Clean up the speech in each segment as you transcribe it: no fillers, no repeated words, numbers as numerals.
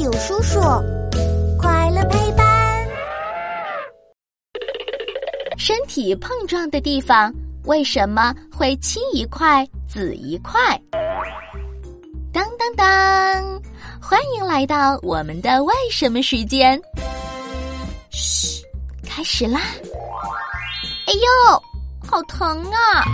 友叔叔，快乐陪伴。 身体碰撞的地方为什么会青一块紫一块？当当当，欢迎来到我们的为什么时间。嘘，开始啦！哎呦，好疼啊！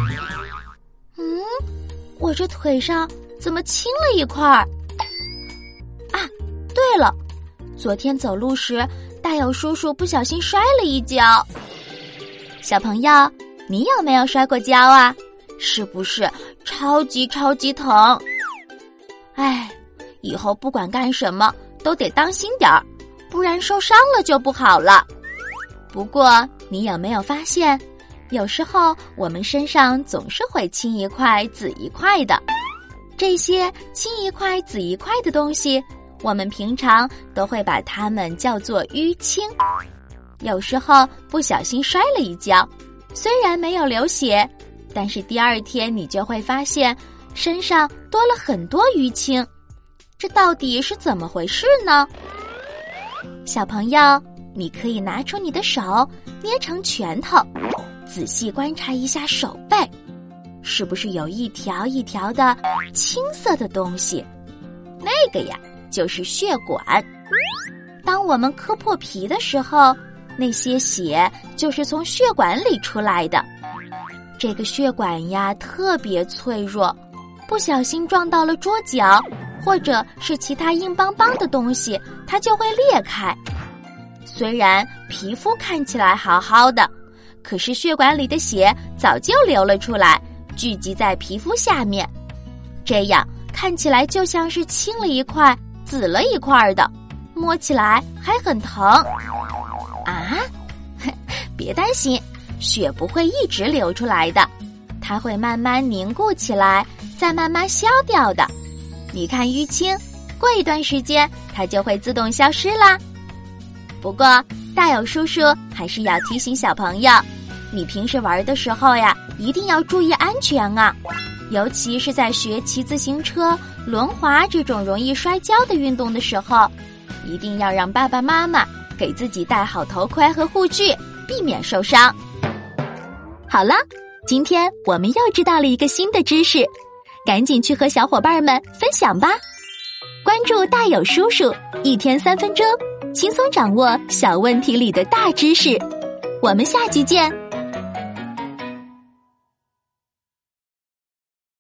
我这腿上怎么青了一块儿？啊，对了，昨天走路时，大友叔叔不小心摔了一跤。小朋友，你有没有摔过跤啊？是不是超级疼？哎，以后不管干什么都得当心点儿，不然受伤了就不好了。不过，你有没有发现，有时候我们身上总是会青一块紫一块的。这些青一块紫一块的东西，我们平常都会把它们叫做淤青。有时候不小心摔了一跤，虽然没有流血，但是第二天你就会发现身上多了很多淤青。这到底是怎么回事呢？小朋友，你可以拿出你的手，捏成拳头，仔细观察一下手背，是不是有一条一条的青色的东西？那个呀，就是血管。当我们磕破皮的时候，那些血就是从血管里出来的。这个血管呀，特别脆弱，不小心撞到了桌角，或者是其他硬邦邦的东西，它就会裂开。虽然皮肤看起来好好的，可是血管里的血早就流了出来，聚集在皮肤下面，这样看起来就像是青了一块紫了一块的，摸起来还很疼啊。别担心，血不会一直流出来的，它会慢慢凝固起来，再慢慢消掉的。你看淤青，过一段时间它就会自动消失啦。不过大友叔叔还是要提醒小朋友，你平时玩的时候呀，一定要注意安全啊，尤其是在学骑自行车、轮滑这种容易摔跤的运动的时候，一定要让爸爸妈妈给自己戴好头盔和护具，避免受伤。好了，今天我们又知道了一个新的知识，赶紧去和小伙伴们分享吧。关注大友叔叔，一天3分钟，轻松掌握小问题里的大知识。我们下集见。